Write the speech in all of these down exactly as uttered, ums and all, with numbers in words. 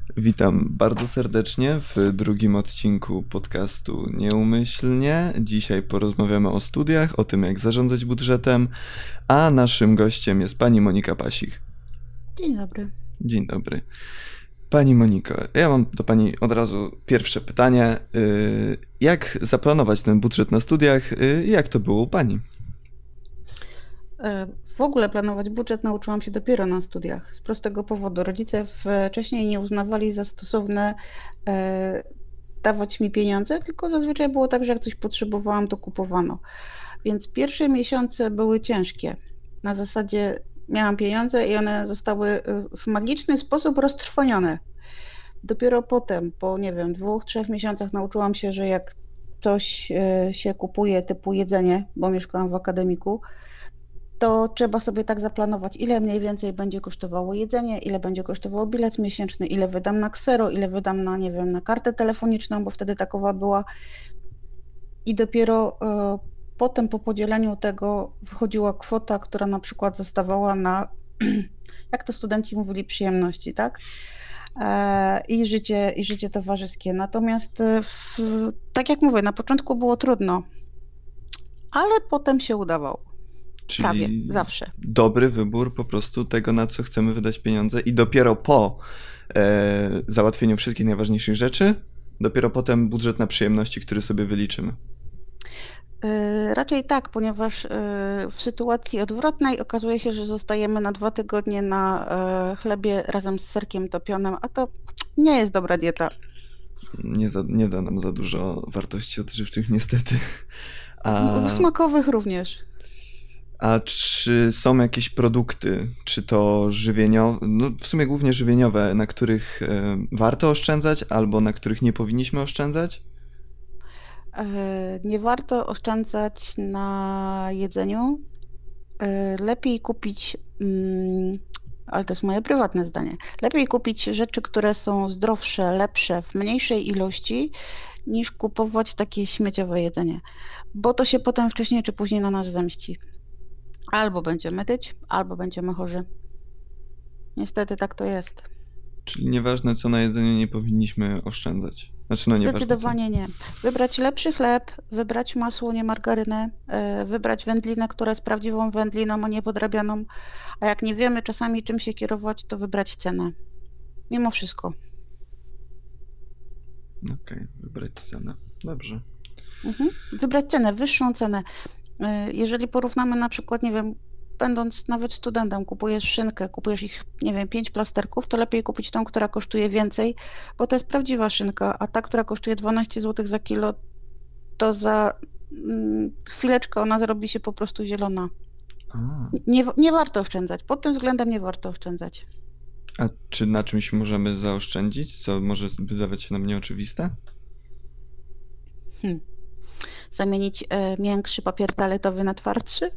Witam bardzo serdecznie w drugim odcinku podcastu Nieumyślnie. Dzisiaj porozmawiamy o studiach, o tym jak zarządzać budżetem, a naszym gościem jest pani Monika Pasich. Dzień dobry. Dzień dobry. Pani Moniko, ja mam do pani od razu pierwsze pytanie. Jak zaplanować ten budżet na studiach? Jak to było u pani? W ogóle planować budżet nauczyłam się dopiero na studiach. Z prostego powodu. Rodzice wcześniej nie uznawali za stosowne e, dawać mi pieniądze, tylko zazwyczaj było tak, że jak coś potrzebowałam, to kupowano. Więc pierwsze miesiące były ciężkie. Na zasadzie miałam pieniądze i one zostały w magiczny sposób roztrwonione. Dopiero potem, po nie wiem, dwóch, trzech miesiącach nauczyłam się, że jak coś się kupuje typu jedzenie, bo mieszkałam w akademiku, to trzeba sobie tak zaplanować, ile mniej więcej będzie kosztowało jedzenie, ile będzie kosztowało bilet miesięczny, ile wydam na ksero, ile wydam na, nie wiem, na kartę telefoniczną, bo wtedy takowa była. I dopiero y, potem po podzieleniu tego wychodziła kwota, która na przykład zostawała na, jak to studenci mówili, przyjemności, tak? E, I życie, i życie towarzyskie. Natomiast w, tak jak mówię, na początku było trudno, ale potem się udawało. Czyli Prawie, zawsze. Dobry wybór po prostu tego, na co chcemy wydać pieniądze i dopiero po e, załatwieniu wszystkich najważniejszych rzeczy, dopiero potem budżet na przyjemności, który sobie wyliczymy. Yy, raczej tak, ponieważ yy, w sytuacji odwrotnej okazuje się, że zostajemy na dwa tygodnie na yy, chlebie razem z serkiem topionym, a to nie jest dobra dieta. Nie, za, nie da nam za dużo wartości odżywczych niestety. A... Smakowych również. A czy są jakieś produkty, czy to żywieniowe, no w sumie głównie żywieniowe, na których e, warto oszczędzać albo na których nie powinniśmy oszczędzać? Yy, nie warto oszczędzać na jedzeniu. Yy, lepiej kupić, yy, ale to jest moje prywatne zdanie, lepiej kupić rzeczy, które są zdrowsze, lepsze w mniejszej ilości, niż kupować takie śmieciowe jedzenie, bo to się potem wcześniej czy później na nas zemści. Albo będziemy tyć, albo będziemy chorzy. Niestety tak to jest. Czyli nieważne co na jedzenie, nie powinniśmy oszczędzać. Znaczy no nieważne Zdecydowanie co. nie. Wybrać lepszy chleb, wybrać masło, nie margarynę, wybrać wędlinę, która jest prawdziwą wędliną, a nie podrabianą. A jak nie wiemy czasami czym się kierować, to wybrać cenę. Mimo wszystko. Okej, okay, wybrać cenę. Dobrze. Mhm. Wybrać cenę, wyższą cenę. Jeżeli porównamy na przykład, nie wiem, będąc nawet studentem, kupujesz szynkę, kupujesz ich, nie wiem, pięć plasterków, to lepiej kupić tą, która kosztuje więcej, bo to jest prawdziwa szynka, a ta, która kosztuje dwanaście złotych za kilo, to za mm, chwileczkę ona zrobi się po prostu zielona. Nie, nie warto oszczędzać, pod tym względem nie warto oszczędzać. A czy na czymś możemy zaoszczędzić, co może wydawać się nam nieoczywiste? Hmm. Zamienić e, miększy papier toaletowy na twardszy?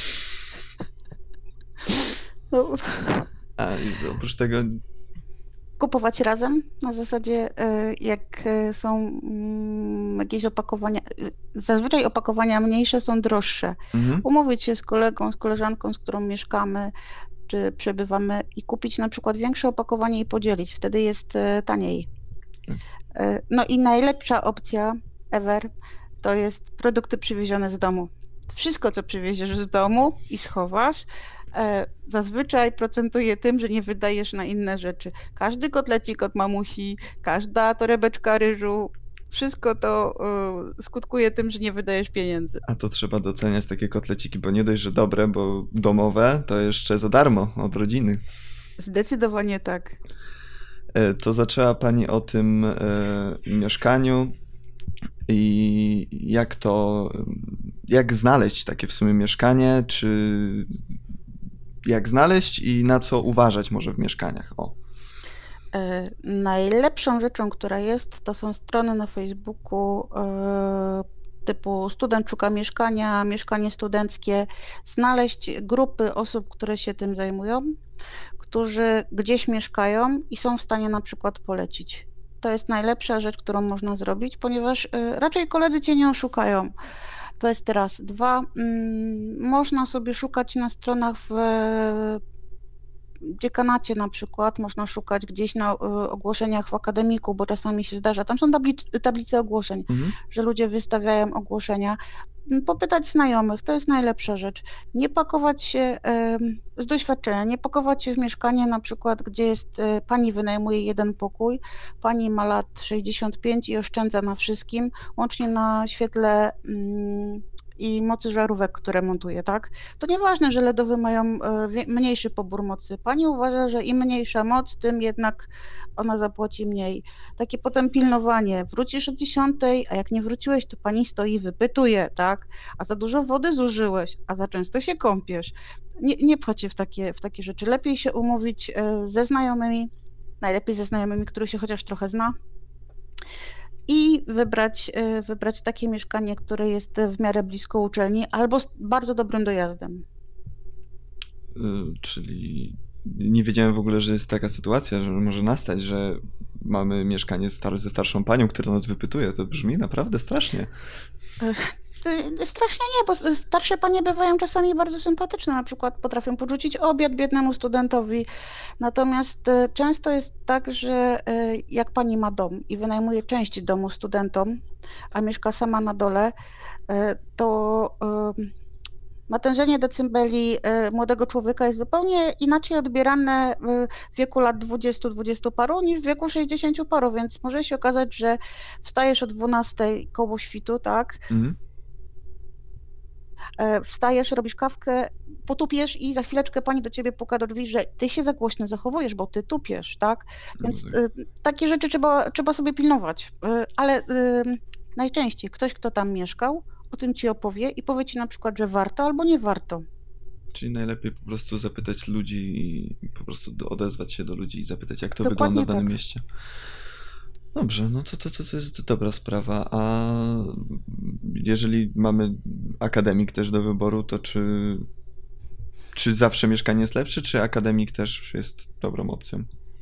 No. A oprócz tego... Kupować razem, na zasadzie jak są jakieś opakowania, zazwyczaj opakowania mniejsze są droższe. Mhm. Umówić się z kolegą, z koleżanką, z którą mieszkamy, czy przebywamy i kupić na przykład większe opakowanie i podzielić, wtedy jest taniej. No i najlepsza opcja ever to jest produkty przywiezione z domu. Wszystko, co przywieziesz z domu i schowasz, zazwyczaj procentuje tym, że nie wydajesz na inne rzeczy. Każdy kotlecik od mamusi, każda torebeczka ryżu, wszystko to y, skutkuje tym, że nie wydajesz pieniędzy. A to trzeba doceniać takie kotleciki, bo nie dość, że dobre, bo domowe, to jeszcze za darmo od rodziny. Zdecydowanie tak. To zaczęła pani o tym e, mieszkaniu i jak to, jak znaleźć takie w sumie mieszkanie, czy jak znaleźć i na co uważać może w mieszkaniach? O. E, najlepszą rzeczą, która jest, to są strony na Facebooku e, typu student szuka mieszkania, mieszkanie studenckie, znaleźć grupy osób, które się tym zajmują, którzy gdzieś mieszkają i są w stanie na przykład polecić. To jest najlepsza rzecz, którą można zrobić, ponieważ e, raczej koledzy cię nie oszukają. To jest raz. Dwa, mm, można sobie szukać na stronach w dziekanacie na przykład można szukać gdzieś na y, ogłoszeniach w akademiku, bo czasami się zdarza, tam są tablic- tablice ogłoszeń, Mhm. że ludzie wystawiają ogłoszenia. M, Popytać znajomych, to jest najlepsza rzecz. Nie pakować się em, z doświadczenia, nie pakować się w mieszkanie na przykład, gdzie jest e, pani wynajmuje jeden pokój, pani ma lat sześćdziesiąt pięć i oszczędza na wszystkim, łącznie na świetle mm, i mocy żarówek, które montuje, tak? To nieważne, że LEDowe mają e, wie- mniejszy pobór mocy. Pani uważa, że im mniejsza moc, tym jednak ona zapłaci mniej. Takie potem pilnowanie. Wrócisz o dziesiątej, a jak nie wróciłeś, to pani stoi i wypytuje, tak? A za dużo wody zużyłeś, a za często się kąpiesz. Nie, nie pchać w takie, w takie rzeczy. Lepiej się umówić e, ze znajomymi, najlepiej ze znajomymi, których się chociaż trochę zna i wybrać, e, wybrać takie mieszkanie, które jest w miarę blisko uczelni albo z bardzo dobrym dojazdem. Y, Czyli nie wiedziałem w ogóle, że jest taka sytuacja, że może nastać, że mamy mieszkanie star- ze starszą panią, która nas wypytuje. To brzmi naprawdę strasznie. Y, Strasznie nie, bo starsze panie bywają czasami bardzo sympatyczne, na przykład potrafią podrzucić obiad biednemu studentowi. Natomiast y, często jest tak, że y, jak pani ma dom i wynajmuje część domu studentom, a mieszka sama na dole, y, to y, natężenie decybeli y, młodego człowieka jest zupełnie inaczej odbierane y, w wieku lat dwudziestu, dwudziestu paru niż w wieku sześćdziesięciu paru, więc może się okazać, że wstajesz o dwunastej koło świtu, tak? Mhm. E, Wstajesz, robisz kawkę, potupiesz i za chwileczkę pani do ciebie puka do drzwi, że ty się za głośno zachowujesz, bo ty tupiesz, tak? No Więc tak. y, takie rzeczy trzeba, trzeba sobie pilnować. Y, Ale y, najczęściej ktoś, kto tam mieszkał, o tym ci opowie i powie ci na przykład, że warto albo nie warto. Czyli najlepiej po prostu zapytać ludzi i po prostu do- odezwać się do ludzi i zapytać, jak to wygląda Dokładnie w danym tak. mieście. Dobrze, no to, to, to, to jest dobra sprawa. A jeżeli mamy akademik też do wyboru, to czy, czy zawsze mieszkanie jest lepsze, czy akademik też jest dobrą opcją?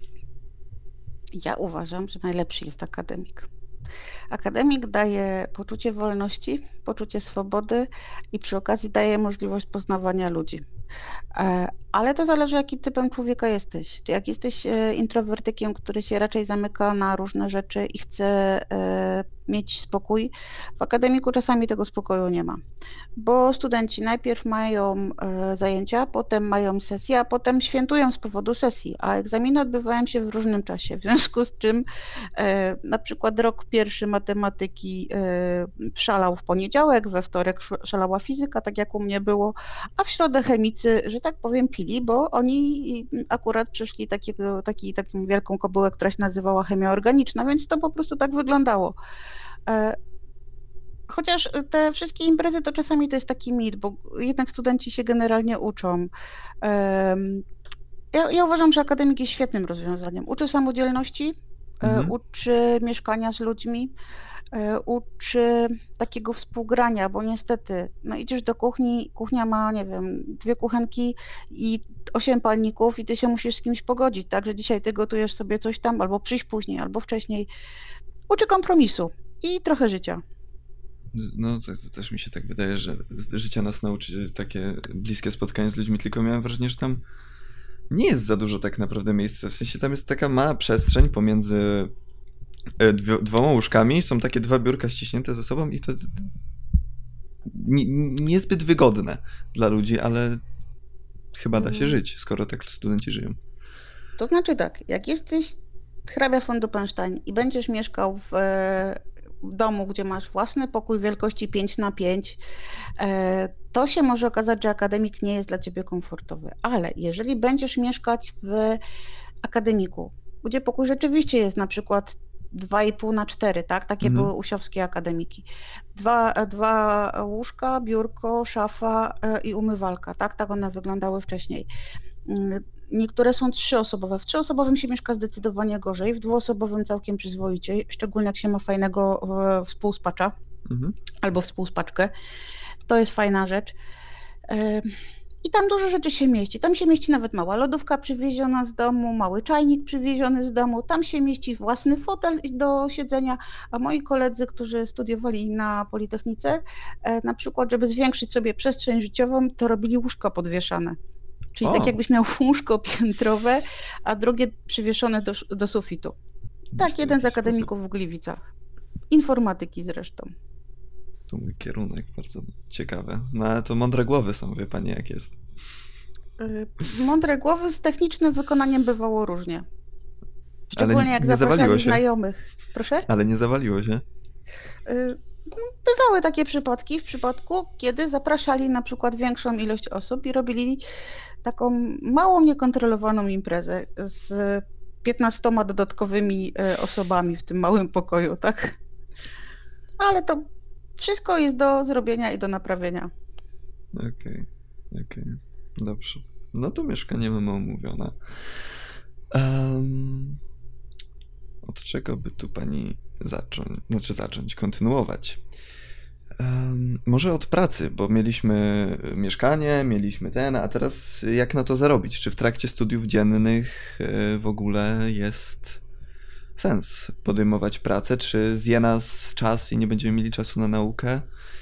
Ja uważam, że najlepszy jest akademik. Akademik daje poczucie wolności, poczucie swobody i przy okazji daje możliwość poznawania ludzi. E, Ale to zależy, jakim typem człowieka jesteś. Czy jak jesteś e, introwertykiem, który się raczej zamyka na różne rzeczy i chce e, mieć spokój, w akademiku czasami tego spokoju nie ma. Bo studenci najpierw mają e, zajęcia, potem mają sesje, a potem świętują z powodu sesji, a egzaminy odbywają się w różnym czasie. W związku z czym e, na przykład rok pierwszy matematyki e, szalał w poniedziałek, we wtorek sz- szalała fizyka, tak jak u mnie było, a w środę chemicy, że tak powiem, pili, bo oni akurat przeszli takiego, taki, taką wielką kobyłę, która się nazywała chemia organiczna, więc to po prostu tak wyglądało. E, Chociaż te wszystkie imprezy to czasami to jest taki mit, bo jednak studenci się generalnie uczą. Em, Ja, ja uważam, że akademik jest świetnym rozwiązaniem. Uczy samodzielności, e, Mhm. uczy mieszkania z ludźmi, e, uczy takiego współgrania, bo niestety, no idziesz do kuchni, kuchnia ma, nie wiem, dwie kuchenki i osiem palników i ty się musisz z kimś pogodzić, tak, że dzisiaj ty gotujesz sobie coś tam, albo przyjść później, albo wcześniej. Uczy kompromisu i trochę życia. No, to, to też mi się tak wydaje, że z życia nas nauczy takie bliskie spotkanie z ludźmi, tylko miałem wrażenie, że tam nie jest za dużo tak naprawdę miejsca. W sensie tam jest taka mała przestrzeń pomiędzy e, dwie, dwoma łóżkami, są takie dwa biurka ściśnięte ze sobą i to nie, niezbyt wygodne dla ludzi, ale chyba da się Mm. żyć, skoro tak studenci żyją. To znaczy tak, jak jesteś hrabia von Duppenstein i będziesz mieszkał w, e, w domu, gdzie masz własny pokój wielkości pięć na pięć, e, to się może okazać, że akademik nie jest dla ciebie komfortowy. Ale jeżeli będziesz mieszkać w akademiku, gdzie pokój rzeczywiście jest na przykład dwa i pół na cztery, tak? Takie Mhm. były usiowskie akademiki. Dwa, dwa łóżka, biurko, szafa e, i umywalka, tak? Tak one wyglądały wcześniej. Mm, Niektóre są trzyosobowe. W trzyosobowym się mieszka zdecydowanie gorzej, w dwuosobowym całkiem przyzwoicie, szczególnie jak się ma fajnego e, współspacza Mhm. albo współspaczkę. To jest fajna rzecz. E, I tam dużo rzeczy się mieści. Tam się mieści nawet mała lodówka przywieziona z domu, mały czajnik przywieziony z domu, tam się mieści własny fotel do siedzenia, a moi koledzy, którzy studiowali na Politechnice, e, na przykład, żeby zwiększyć sobie przestrzeń życiową, to robili łóżka podwieszane. Czyli O, tak jakbyś miał łóżko piętrowe, a drugie przywieszone do, do sufitu. Tak, jest to jeden z jakiś sposób. akademików w Gliwicach. Informatyki zresztą. To mój kierunek, bardzo ciekawe. No ale to mądre głowy są, wie pani jak jest. Yy, Mądre głowy z technicznym wykonaniem bywało różnie. Szczególnie jak nie zawaliło zapraszali się. znajomych. Proszę? Ale nie zawaliło się. Yy, Bywały takie przypadki, w przypadku, kiedy zapraszali na przykład większą ilość osób i robili taką małą, niekontrolowaną imprezę z piętnastoma dodatkowymi e, osobami w tym małym pokoju, tak? Ale to wszystko jest do zrobienia i do naprawienia. Okej, okej. Dobrze. No to mieszkanie mamy omówione. Em, od czego by tu pani zacząć? Znaczy zacząć, kontynuować. Em, może od pracy, bo mieliśmy mieszkanie, mieliśmy ten, a teraz jak na to zarobić? Czy w trakcie studiów dziennych e, w ogóle jest sens podejmować pracę? Czy zje nas czas i nie będziemy mieli czasu na naukę?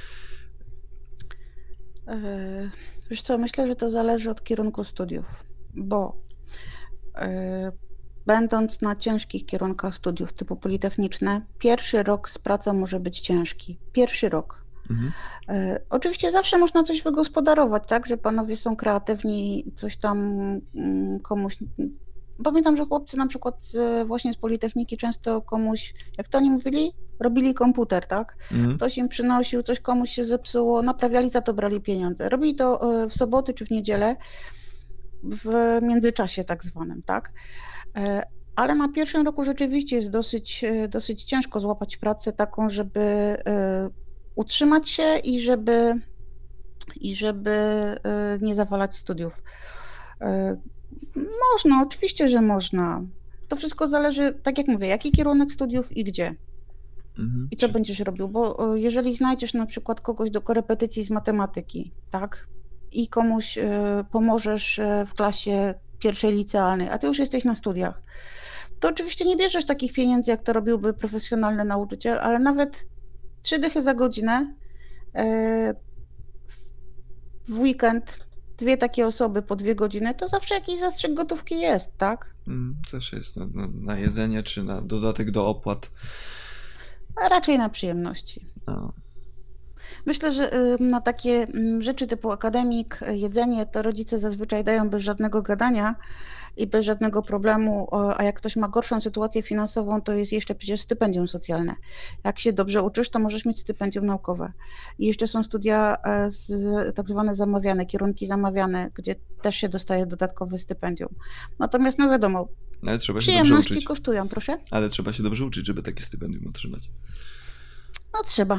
E, Wiesz co, myślę, że to zależy od kierunku studiów, bo e, będąc na ciężkich kierunkach studiów typu politechniczne, pierwszy rok z pracą może być ciężki. Pierwszy rok. Mhm. E, Oczywiście zawsze można coś wygospodarować, tak, że panowie są kreatywni, coś tam mm, komuś. Pamiętam, że chłopcy na przykład z, właśnie z Politechniki często komuś, jak to oni mówili, robili komputer, tak? Mhm. Ktoś im przynosił, coś komuś się zepsuło, naprawiali, za to brali pieniądze. Robili to e, w soboty czy w niedzielę, w międzyczasie tak zwanym, tak? E, Ale na pierwszym roku rzeczywiście jest dosyć, e, dosyć ciężko złapać pracę taką, żeby e, utrzymać się i żeby, i żeby e, nie zawalać studiów. E, Można, oczywiście, że można. To wszystko zależy, tak jak mówię, jaki kierunek studiów i gdzie. Mhm. I co Czy- będziesz robił? Bo e, jeżeli znajdziesz na przykład kogoś do korepetycji z matematyki, tak? I komuś e, pomożesz e, w klasie pierwszej licealnej, a ty już jesteś na studiach, to oczywiście nie bierzesz takich pieniędzy, jak to robiłby profesjonalny nauczyciel, ale nawet trzy dychy za godzinę e, w weekend, dwie takie osoby po dwie godziny, to zawsze jakiś zastrzyk gotówki jest, tak? Mm, Zawsze jest na, na, na jedzenie, czy na dodatek do opłat. A raczej na przyjemności. No. Myślę, że y, na takie mm, rzeczy typu akademik, y, jedzenie, to rodzice zazwyczaj dają bez żadnego gadania i bez żadnego problemu, o, a jak ktoś ma gorszą sytuację finansową, to jest jeszcze przecież stypendium socjalne. Jak się dobrze uczysz, to możesz mieć stypendium naukowe. I jeszcze są studia e, z, tak zwane zamawiane, kierunki zamawiane, gdzie też się dostaje dodatkowe stypendium. Natomiast no wiadomo, Ale trzeba się dobrze przyjemności uczyć. kosztują, proszę. Ale trzeba się dobrze uczyć, żeby takie stypendium otrzymać. No trzeba.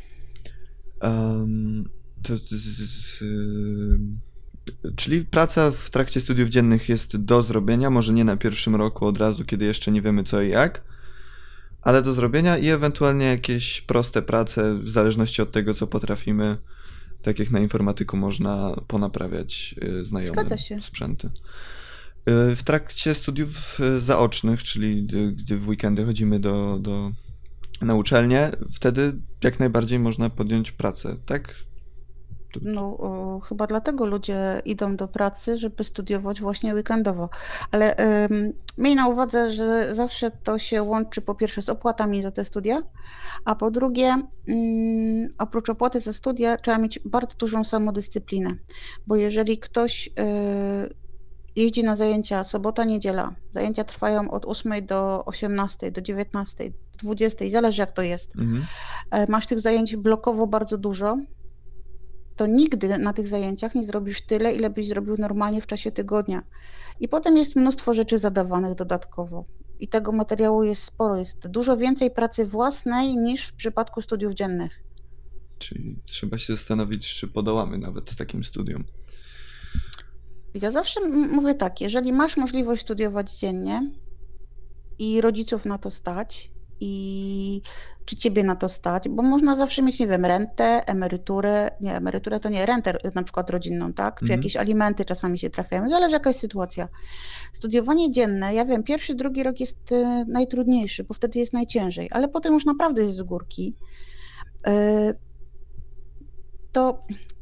Um, to, z, z, czyli praca w trakcie studiów dziennych jest do zrobienia, może nie na pierwszym roku od razu, kiedy jeszcze nie wiemy co i jak, ale do zrobienia i ewentualnie jakieś proste prace w zależności od tego, co potrafimy. Tak jak na informatyku można ponaprawiać y, znajomym Zgadza się. sprzęty. Y, W trakcie studiów y, zaocznych, czyli y, gdy w weekendy chodzimy do, do, na uczelnię, wtedy jak najbardziej można podjąć pracę, tak? No, o, chyba dlatego ludzie idą do pracy, żeby studiować właśnie weekendowo. Ale ym, miej na uwadze, że zawsze to się łączy po pierwsze z opłatami za te studia, a po drugie, ym, oprócz opłaty za studia trzeba mieć bardzo dużą samodyscyplinę, bo jeżeli ktoś y, jeździ na zajęcia sobota, niedziela, zajęcia trwają od ósmej do osiemnastej, do dziewiętnastej, dwudziestej, zależy jak to jest. Mhm. E, Masz tych zajęć blokowo bardzo dużo, to nigdy na tych zajęciach nie zrobisz tyle, ile byś zrobił normalnie w czasie tygodnia. I potem jest mnóstwo rzeczy zadawanych dodatkowo. I tego materiału jest sporo. Jest dużo więcej pracy własnej niż w przypadku studiów dziennych. Czyli trzeba się zastanowić, czy podołamy nawet takim studiom. Ja zawsze m- mówię tak, jeżeli masz możliwość studiować dziennie i rodziców na to stać, i czy ciebie na to stać, bo można zawsze mieć, nie wiem, rentę, emeryturę, nie, emeryturę to nie, rentę na przykład rodzinną, tak? Czy Mhm. jakieś alimenty czasami się trafiają, zależy jaka jest sytuacja. Studiowanie dzienne, ja wiem, pierwszy, drugi rok jest y, najtrudniejszy, bo wtedy jest najciężej, ale potem już naprawdę jest z górki. Y, To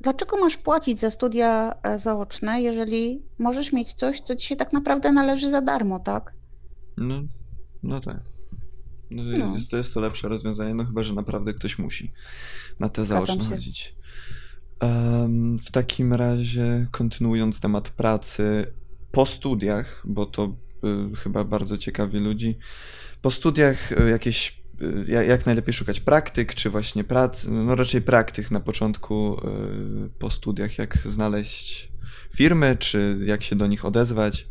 dlaczego masz płacić za studia e, zaoczne, jeżeli możesz mieć coś, co ci się tak naprawdę należy za darmo, tak? No, no tak. No, No, jest, to jest to lepsze rozwiązanie, no chyba, że naprawdę ktoś musi na te zgadzam zaoczne się. chodzić. Em, w takim razie, kontynuując temat pracy po studiach, bo to y, chyba bardzo ciekawi ludzi. Po studiach y, jakieś, y, ja- jak najlepiej szukać praktyk, czy właśnie prac, no raczej praktyk na początku y, po studiach, jak znaleźć firmy, czy jak się do nich odezwać.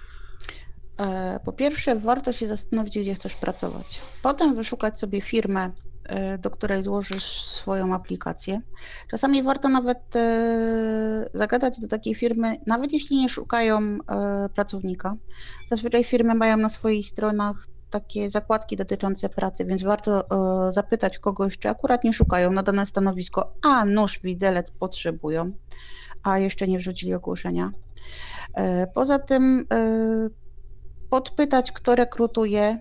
E, Po pierwsze, warto się zastanowić, gdzie chcesz pracować. Potem wyszukać sobie firmę, e, do której złożysz swoją aplikację. Czasami warto nawet e, zagadać do takiej firmy, nawet jeśli nie szukają e, pracownika. Zazwyczaj firmy mają na swoich stronach takie zakładki dotyczące pracy, więc warto e, zapytać kogoś, czy akurat nie szukają na dane stanowisko, a nóż widelec potrzebują, a jeszcze nie wrzucili ogłoszenia. E, Poza tym e, podpytać, kto rekrutuje,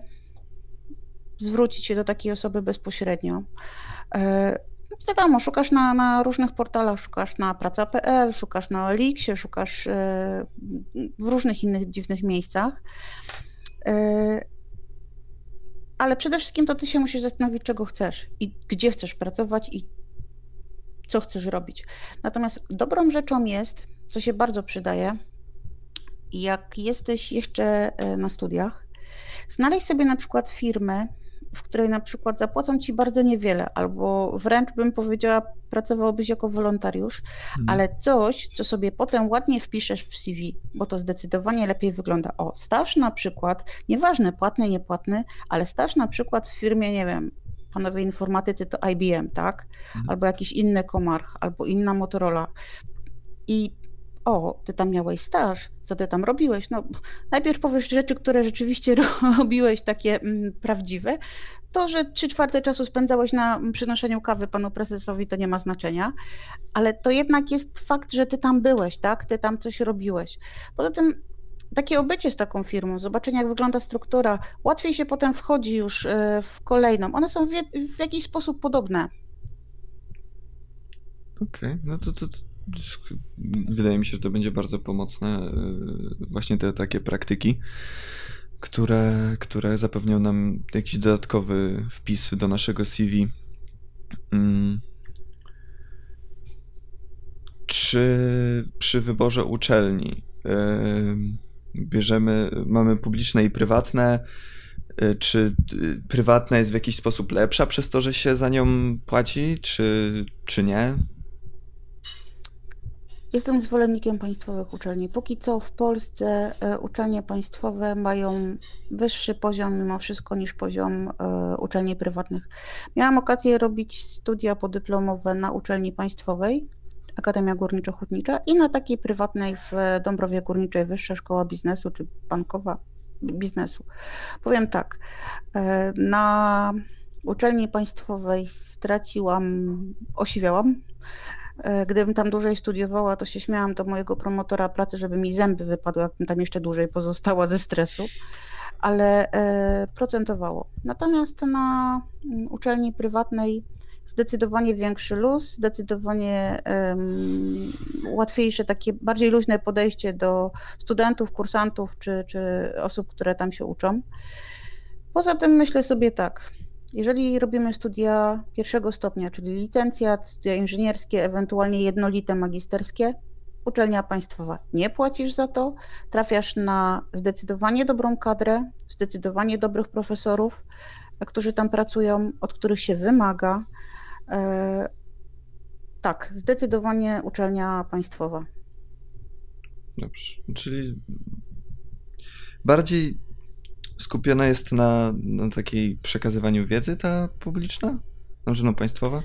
zwrócić się do takiej osoby bezpośrednio. E, Wiadomo, szukasz na, na różnych portalach, szukasz na praca kropka p l, szukasz na Elixie, szukasz e, w różnych innych dziwnych miejscach. E, Ale przede wszystkim to ty się musisz zastanowić, czego chcesz i gdzie chcesz pracować i co chcesz robić. Natomiast dobrą rzeczą jest, co się bardzo przydaje, jak jesteś jeszcze e, na studiach, znaleźć sobie na przykład firmę, w której na przykład zapłacą ci bardzo niewiele, albo wręcz bym powiedziała, pracowałbyś jako wolontariusz, Mhm. ale coś, co sobie potem ładnie wpiszesz w C V, bo to zdecydowanie lepiej wygląda. O, staż na przykład, nieważne płatny, niepłatny, ale staż na przykład w firmie, nie wiem, panowie informatycy to I B M, tak? Mhm. Albo jakiś inny Comarch, albo inna Motorola. I o, ty tam miałeś staż, co ty tam robiłeś? No, najpierw powiesz rzeczy, które rzeczywiście robiłeś takie mm, prawdziwe. To, że trzy czwarte czasu spędzałeś na przynoszeniu kawy panu prezesowi, to nie ma znaczenia, ale to jednak jest fakt, że ty tam byłeś, tak? Ty tam coś robiłeś. Poza tym takie obycie z taką firmą, zobaczenie jak wygląda struktura, łatwiej się potem wchodzi już e, w kolejną. One są w, je- w jakiś sposób podobne. Okej, no to, to, to wydaje mi się, że to będzie bardzo pomocne, y, właśnie te takie praktyki, które, które zapewnią nam jakiś dodatkowy wpis do naszego C V. Mm, Czy przy wyborze uczelni y, bierzemy, mamy publiczne i prywatne, y, czy y, prywatna jest w jakiś sposób lepsza przez to, że się za nią płaci, czy, czy nie? Jestem zwolennikiem państwowych uczelni. Póki co w Polsce e, uczelnie państwowe mają wyższy poziom mimo wszystko niż poziom e, uczelni prywatnych. Miałam okazję robić studia podyplomowe na uczelni państwowej, Akademia Górniczo-Hutnicza, i na takiej prywatnej w Dąbrowie Górniczej Wyższa Szkoła Biznesu czy Bankowa Biznesu. Powiem tak, e, na uczelni państwowej straciłam, osiwiałam. E, Gdybym tam dłużej studiowała, to się śmiałam do mojego promotora pracy, żeby mi zęby wypadły, jakbym tam jeszcze dłużej pozostała ze stresu, ale e, procentowało. Natomiast na mm, uczelni prywatnej zdecydowanie większy luz, zdecydowanie em, łatwiejsze, takie bardziej luźne podejście do studentów, kursantów czy, czy osób, które tam się uczą. Poza tym myślę sobie tak, jeżeli robimy studia pierwszego stopnia, czyli licencjat, studia inżynierskie, ewentualnie jednolite magisterskie, uczelnia państwowa, nie płacisz za to, trafiasz na zdecydowanie dobrą kadrę, zdecydowanie dobrych profesorów, którzy tam pracują, od których się wymaga. E, Tak, zdecydowanie uczelnia państwowa. Dobrze, czyli bardziej skupiona jest na, na takiej przekazywaniu wiedzy ta publiczna? Znaczy, no państwowa?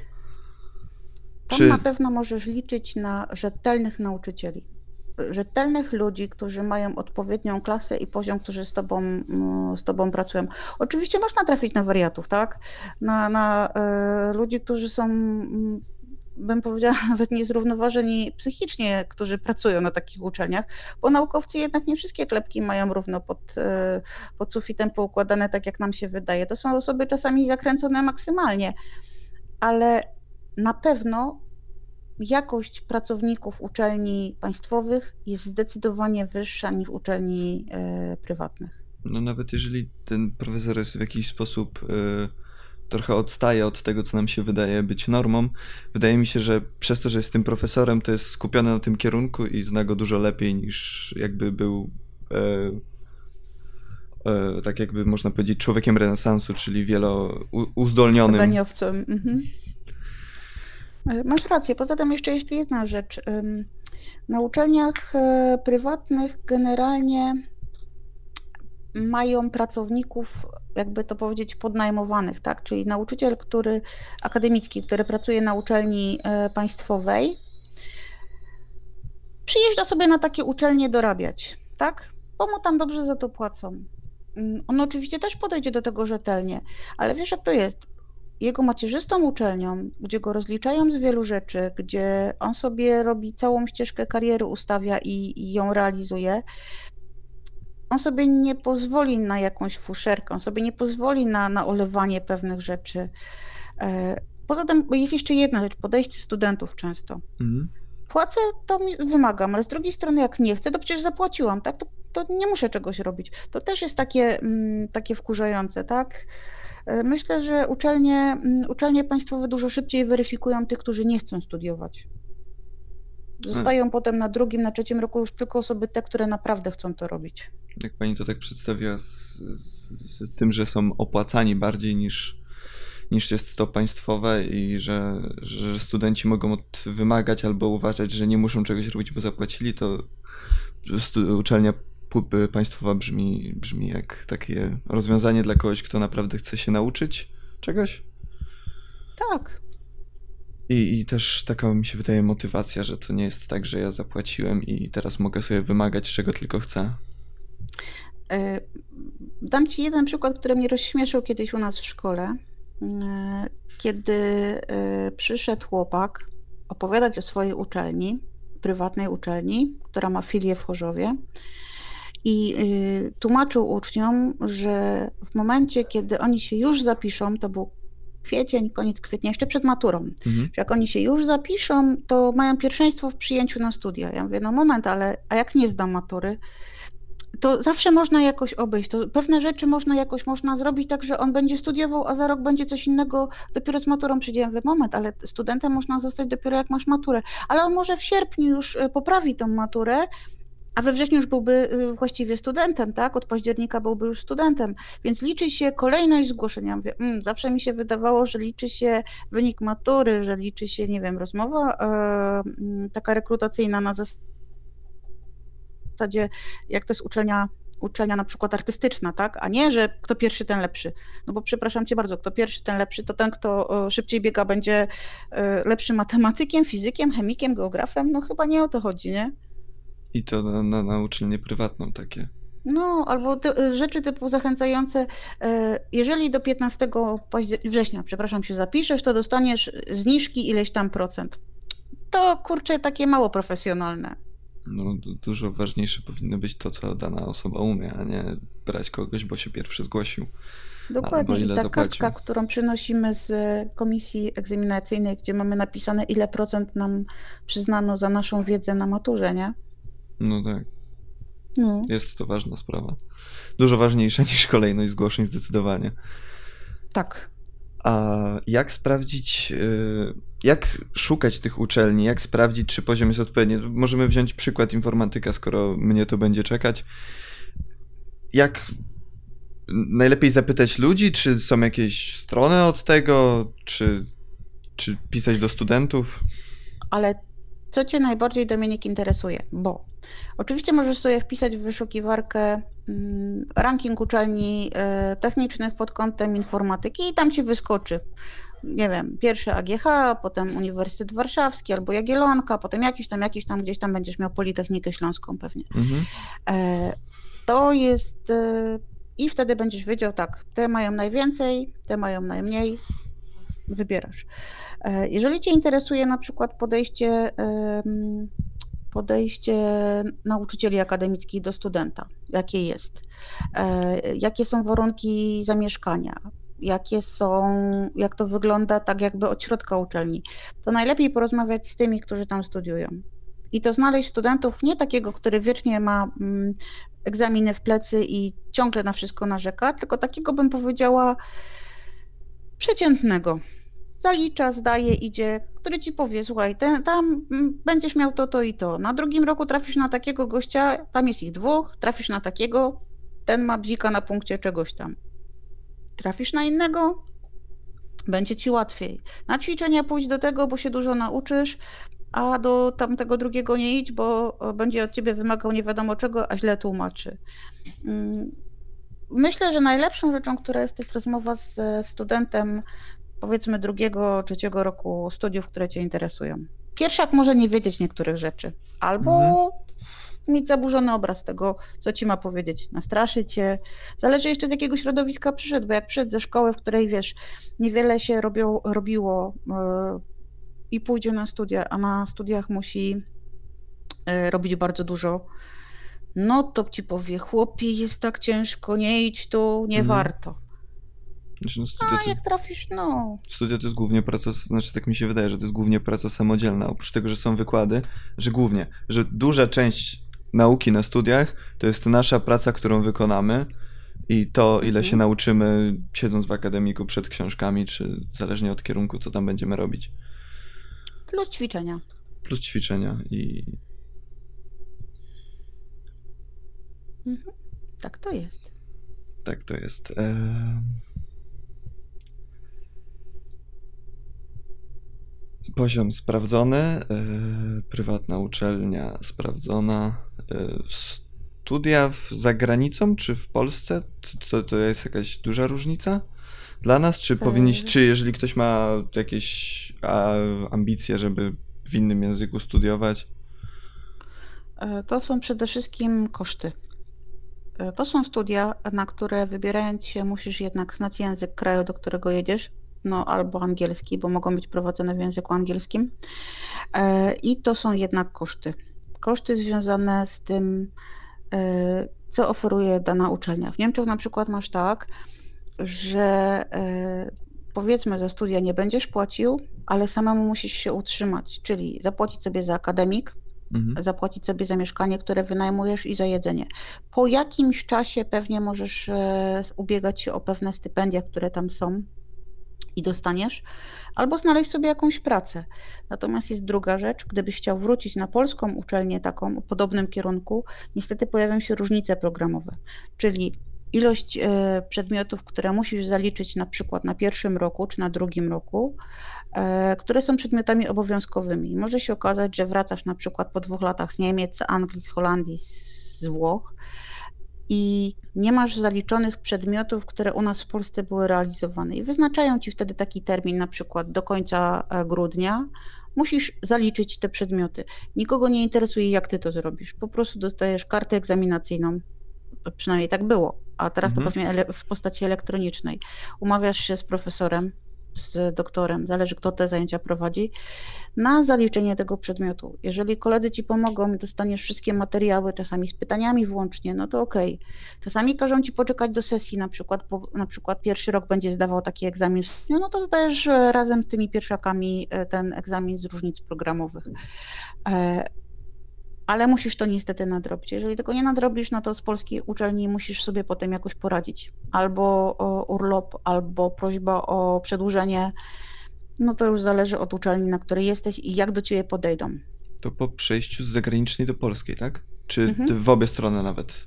Tam na Czy... pewno możesz liczyć na rzetelnych nauczycieli. Rzetelnych ludzi, którzy mają odpowiednią klasę i poziom, którzy z tobą, mm, z tobą pracują. Oczywiście można trafić na wariatów, tak? Na, na e, ludzi, którzy są, mm, bym powiedziała, nawet niezrównoważeni psychicznie, którzy pracują na takich uczelniach, bo naukowcy jednak nie wszystkie klepki mają równo pod, e, pod sufitem poukładane, tak jak nam się wydaje. To są osoby czasami zakręcone maksymalnie, ale na pewno jakość pracowników uczelni państwowych jest zdecydowanie wyższa niż uczelni e, prywatnych. No nawet jeżeli ten profesor jest w jakiś sposób y, trochę odstaje od tego, co nam się wydaje być normą, wydaje mi się, że przez to, że jest tym profesorem, to jest skupiony na tym kierunku i zna go dużo lepiej niż jakby był y, y, tak jakby można powiedzieć człowiekiem renesansu, czyli wielo u, uzdolnionym. Badaniowcem. Mhm. Masz rację. Poza tym jeszcze jest jedna rzecz. Na uczelniach prywatnych generalnie mają pracowników, jakby to powiedzieć, podnajmowanych, tak? Czyli nauczyciel, który akademicki, który pracuje na uczelni państwowej, przyjeżdża sobie na takie uczelnie dorabiać, tak? Bo mu tam dobrze za to płacą. On oczywiście też podejdzie do tego rzetelnie, ale wiesz, jak to jest? Jego macierzystą uczelnią, gdzie go rozliczają z wielu rzeczy, gdzie on sobie robi całą ścieżkę kariery, ustawia i, i ją realizuje, on sobie nie pozwoli na jakąś fuszerkę, on sobie nie pozwoli na, na olewanie pewnych rzeczy. Poza tym jest jeszcze jedna rzecz, podejście studentów często. Mhm. Płacę, to mi wymagam, ale z drugiej strony jak nie chcę, to przecież zapłaciłam, tak? To, to nie muszę czegoś robić. To też jest takie, takie wkurzające, tak? Myślę, że uczelnie, uczelnie państwowe dużo szybciej weryfikują tych, którzy nie chcą studiować. Zostają hmm. potem na drugim, na trzecim roku już tylko osoby te, które naprawdę chcą to robić. Jak pani to tak przedstawiła z, z, z tym, że są opłacani bardziej niż, niż jest to państwowe i że, że studenci mogą od wymagać albo uważać, że nie muszą czegoś robić, bo zapłacili, to uczelnia państwowa brzmi, brzmi jak takie rozwiązanie dla kogoś, kto naprawdę chce się nauczyć czegoś. Tak. I, I też taka mi się wydaje motywacja, że to nie jest tak, że ja zapłaciłem i teraz mogę sobie wymagać, czego tylko chcę. Dam ci jeden przykład, który mnie rozśmieszył kiedyś u nas w szkole. Kiedy przyszedł chłopak opowiadać o swojej uczelni, prywatnej uczelni, która ma filię w Chorzowie, i tłumaczył uczniom, że w momencie, kiedy oni się już zapiszą, to był kwiecień, koniec kwietnia, jeszcze przed maturą, mhm. że jak oni się już zapiszą, to mają pierwszeństwo w przyjęciu na studia. Ja mówię, no moment, ale a jak nie zdam matury, to zawsze można jakoś obejść, to pewne rzeczy można jakoś można zrobić tak, że on będzie studiował, a za rok będzie coś innego, dopiero z maturą przyjdzie. Ja mówię, moment, ale studentem można zostać dopiero jak masz maturę, ale on może w sierpniu już poprawi tą maturę, a we wrześniu już byłby właściwie studentem, tak? Od października byłby już studentem, więc liczy się kolejność zgłoszenia. Mówię, mm, zawsze mi się wydawało, że liczy się wynik matury, że liczy się, nie wiem, rozmowa e, taka rekrutacyjna na zasadzie, jak to jest uczelnia, uczelnia na przykład artystyczna, tak? A nie, że kto pierwszy, ten lepszy. No bo przepraszam cię bardzo, kto pierwszy, ten lepszy, to ten, kto szybciej biega, będzie lepszym matematykiem, fizykiem, chemikiem, geografem. No chyba nie o to chodzi, nie? I to na, na, na uczelnię prywatną takie. No, albo te, rzeczy typu zachęcające, jeżeli do piętnastego września, przepraszam, się zapiszesz, to dostaniesz zniżki ileś tam procent. To kurczę takie mało profesjonalne. No, dużo ważniejsze powinno być to, co dana osoba umie, a nie brać kogoś, bo się pierwszy zgłosił. Dokładnie. I ta kartka, którą przynosimy z komisji egzaminacyjnej, gdzie mamy napisane, ile procent nam przyznano za naszą wiedzę na maturze, nie? No tak. No. Jest to ważna sprawa. Dużo ważniejsza niż kolejność zgłoszeń zdecydowanie. Tak. A jak sprawdzić, jak szukać tych uczelni, jak sprawdzić, czy poziom jest odpowiedni? Możemy wziąć przykład informatyka, skoro mnie to będzie czekać. Jak najlepiej zapytać ludzi, czy są jakieś strony od tego, czy, czy pisać do studentów? Ale co cię najbardziej, Dominik, interesuje? Bo oczywiście możesz sobie wpisać w wyszukiwarkę ranking uczelni technicznych pod kątem informatyki i tam ci wyskoczy, nie wiem, pierwszy A G H, potem Uniwersytet Warszawski albo Jagiellonka, potem jakiś tam, jakiś tam, gdzieś tam będziesz miał Politechnikę Śląską pewnie. Mhm. To jest i wtedy będziesz wiedział, tak, te mają najwięcej, te mają najmniej, wybierasz. Jeżeli cię interesuje na przykład podejście podejście nauczycieli akademickich do studenta, jakie jest, jakie są warunki zamieszkania, jakie są, jak to wygląda tak jakby od środka uczelni, to najlepiej porozmawiać z tymi, którzy tam studiują. I to znaleźć studentów nie takiego, który wiecznie ma mm, egzaminy w plecy i ciągle na wszystko narzeka, tylko takiego, bym powiedziała, przeciętnego. Zalicza, zdaje, idzie, który ci powie, słuchaj, ten, tam mm, będziesz miał to, to i to. Na drugim roku trafisz na takiego gościa, tam jest ich dwóch, trafisz na takiego, ten ma bzika na punkcie czegoś tam. Trafisz na innego, będzie ci łatwiej. Na ćwiczenia pójdź do tego, bo się dużo nauczysz, a do tamtego drugiego nie idź, bo będzie od ciebie wymagał nie wiadomo czego, a źle tłumaczy. Myślę, że najlepszą rzeczą, która jest, to jest rozmowa z studentem, powiedzmy drugiego, trzeciego roku studiów, które cię interesują. Pierwszak może nie wiedzieć niektórych rzeczy, albo mhm. mieć zaburzony obraz tego, co ci ma powiedzieć, nastraszy cię. Zależy jeszcze z jakiego środowiska przyszedł, bo jak przyszedł ze szkoły, w której wiesz, niewiele się robią, robiło yy, i pójdzie na studia, a na studiach musi yy, robić bardzo dużo, no to ci powie, chłopie, jest tak ciężko, nie idź tu, nie mhm. warto. Znaczy, no, studia a to, jak trafisz, no. Studia to jest głównie praca, znaczy tak mi się wydaje, że to jest głównie praca samodzielna, oprócz tego, że są wykłady, że głównie, że duża część nauki na studiach to jest nasza praca, którą wykonamy i to, ile mhm. się nauczymy siedząc w akademiku przed książkami, czy zależnie od kierunku, co tam będziemy robić. Plus ćwiczenia. Plus ćwiczenia i... Mhm. Tak to jest. Tak to jest. Eee... Poziom sprawdzony, yy, prywatna uczelnia sprawdzona, yy, studia w, za granicą czy w Polsce? To, to jest jakaś duża różnica dla nas? Czy powinniś, czy jeżeli ktoś ma jakieś a, ambicje, żeby w innym języku studiować? To są przede wszystkim koszty. To są studia, na które wybierając się musisz jednak znać język kraju, do którego jedziesz. No albo angielski, bo mogą być prowadzone w języku angielskim. I to są jednak koszty. Koszty związane z tym, co oferuje dana uczelnia. W Niemczech na przykład masz tak, że powiedzmy za studia nie będziesz płacił, ale samemu musisz się utrzymać, czyli zapłacić sobie za akademik, mhm. zapłacić sobie za mieszkanie, które wynajmujesz i za jedzenie. Po jakimś czasie pewnie możesz ubiegać się o pewne stypendia, które tam są, i dostaniesz, albo znaleźć sobie jakąś pracę. Natomiast jest druga rzecz, gdybyś chciał wrócić na polską uczelnię taką o podobnym kierunku, niestety pojawią się różnice programowe, czyli ilość przedmiotów, które musisz zaliczyć na przykład na pierwszym roku czy na drugim roku, które są przedmiotami obowiązkowymi. Może się okazać, że wracasz na przykład po dwóch latach z Niemiec, z Anglii, z Holandii, z Włoch, i nie masz zaliczonych przedmiotów, które u nas w Polsce były realizowane. I wyznaczają ci wtedy taki termin, na przykład do końca grudnia musisz zaliczyć te przedmioty. Nikogo nie interesuje, jak ty to zrobisz. Po prostu dostajesz kartę egzaminacyjną, przynajmniej tak było, a teraz mhm. to pewnie w postaci elektronicznej. Umawiasz się z profesorem, z doktorem, zależy kto te zajęcia prowadzi, na zaliczenie tego przedmiotu. Jeżeli koledzy ci pomogą, dostaniesz wszystkie materiały, czasami z pytaniami włącznie, no to okej. Okay. Czasami każą ci poczekać do sesji, na przykład, bo na przykład pierwszy rok będzie zdawał taki egzamin, no to zdajesz razem z tymi pierwszakami ten egzamin z różnic programowych. Ale musisz to niestety nadrobić. Jeżeli tego nie nadrobisz, no to z polskiej uczelni musisz sobie potem jakoś poradzić. Albo urlop, albo prośba o przedłużenie. No to już zależy od uczelni, na której jesteś i jak do ciebie podejdą. To po przejściu z zagranicznej do polskiej, tak? Czy mhm. w obie strony nawet?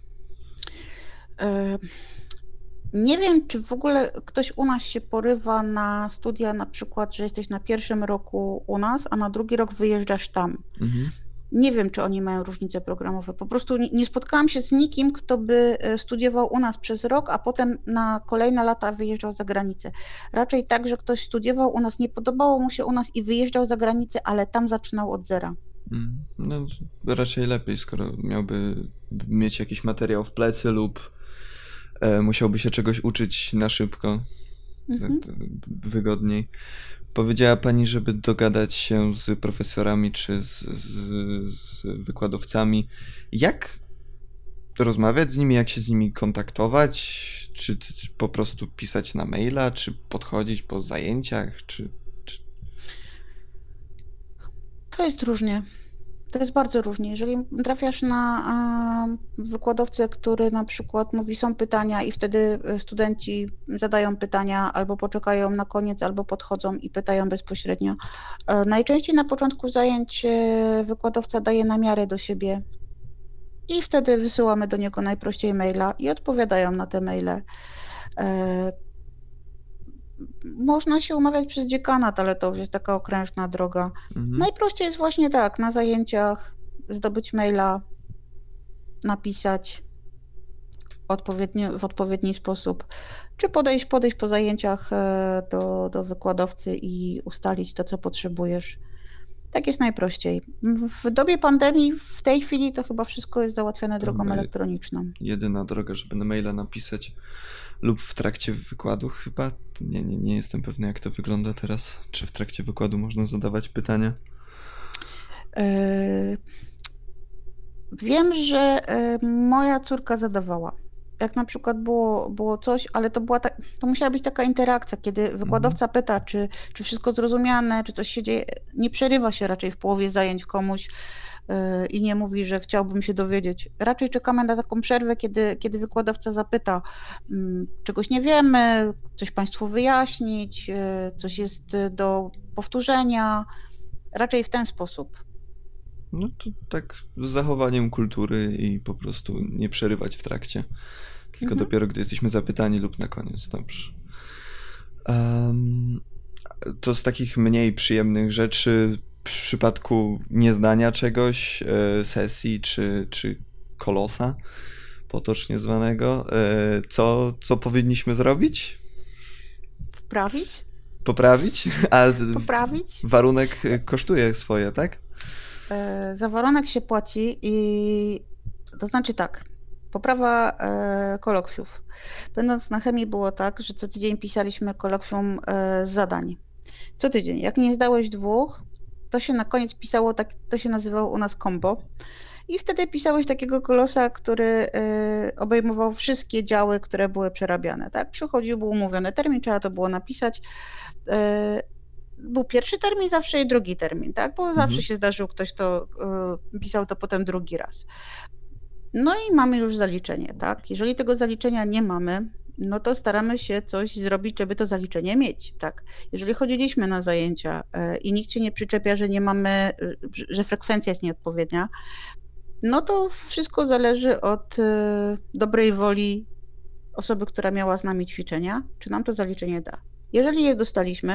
Nie wiem, czy w ogóle ktoś u nas się porywa na studia, na przykład, że jesteś na pierwszym roku u nas, a na drugi rok wyjeżdżasz tam. Mhm. Nie wiem, czy oni mają różnice programowe. Po prostu nie spotkałam się z nikim, kto by studiował u nas przez rok, a potem na kolejne lata wyjeżdżał za granicę. Raczej tak, że ktoś studiował u nas, nie podobało mu się u nas i wyjeżdżał za granicę, ale tam zaczynał od zera. No raczej lepiej, skoro miałby mieć jakiś materiał w plecy lub e, musiałby się czegoś uczyć na szybko, mhm. wygodniej. Powiedziała pani, żeby dogadać się z profesorami czy z, z, z wykładowcami. Jak rozmawiać z nimi, jak się z nimi kontaktować? Czy, czy po prostu pisać na maila, czy podchodzić po zajęciach, czy... czy... To jest różnie. To jest bardzo różnie. Jeżeli trafiasz na a, wykładowcę, który na przykład mówi, są pytania i wtedy studenci zadają pytania albo poczekają na koniec, albo podchodzą i pytają bezpośrednio. E, najczęściej na początku zajęć e, wykładowca daje namiary do siebie i wtedy wysyłamy do niego najprościej maila i odpowiadają na te maile. E, Można się umawiać przez dziekanat, ale to już jest taka okrężna droga. Mhm. Najprościej jest właśnie tak, na zajęciach zdobyć maila, napisać odpowiednio, w odpowiedni sposób, czy podejść, podejść po zajęciach e, do, do wykładowcy i ustalić to, co potrzebujesz. Tak jest najprościej. W dobie pandemii w tej chwili to chyba wszystko jest załatwiane drogą Chyba je- elektroniczną. Jedyna droga, żeby na maila napisać lub w trakcie wykładu chyba. Nie, nie, nie jestem pewny, jak to wygląda teraz. Czy w trakcie wykładu można zadawać pytania? E, Wiem, że e, moja córka zadawała. Jak na przykład było, było coś, ale to była tak, to musiała być taka interakcja, kiedy wykładowca pyta, czy, czy wszystko zrozumiane, czy coś się dzieje. Nie przerywa się raczej w połowie zajęć komuś e, i nie mówi, że chciałbym się dowiedzieć. Raczej czekamy na taką przerwę, kiedy, kiedy wykładowca zapyta, mm, czegoś nie wiemy, coś Państwu wyjaśnić, e, coś jest e, do powtórzenia. Raczej w ten sposób. No to tak z zachowaniem kultury i po prostu nie przerywać w trakcie. Tylko Mhm. dopiero gdy jesteśmy zapytani lub na koniec. Dobrze. Em, to z takich mniej przyjemnych rzeczy w przypadku nieznania czegoś, e, sesji czy, czy kolosa potocznie zwanego, e, co, co powinniśmy zrobić? Wprawić? Poprawić? A d- Poprawić? warunek e, kosztuje swoje, tak? E, Za warunek się płaci i to znaczy tak, poprawa e, kolokwiów. Będąc na chemii było tak, że co tydzień pisaliśmy kolokwium e, z zadań. Co tydzień. Jak nie zdałeś dwóch, to się na koniec pisało, tak, to się nazywało u nas combo. I wtedy pisałeś takiego kolosa, który e, obejmował wszystkie działy, które były przerabiane. Tak? Przychodził, był umówiony termin, trzeba to było napisać. E, Był pierwszy termin zawsze i drugi termin, tak? Bo zawsze Mhm. się zdarzył ktoś, kto y, pisał to potem drugi raz. No i mamy już zaliczenie, tak? Jeżeli tego zaliczenia nie mamy, no to staramy się coś zrobić, żeby to zaliczenie mieć, tak? Jeżeli chodziliśmy na zajęcia y, i nikt się nie przyczepia, że nie mamy, y, że frekwencja jest nieodpowiednia, no to wszystko zależy od y, dobrej woli osoby, która miała z nami ćwiczenia, czy nam to zaliczenie da. Jeżeli je dostaliśmy,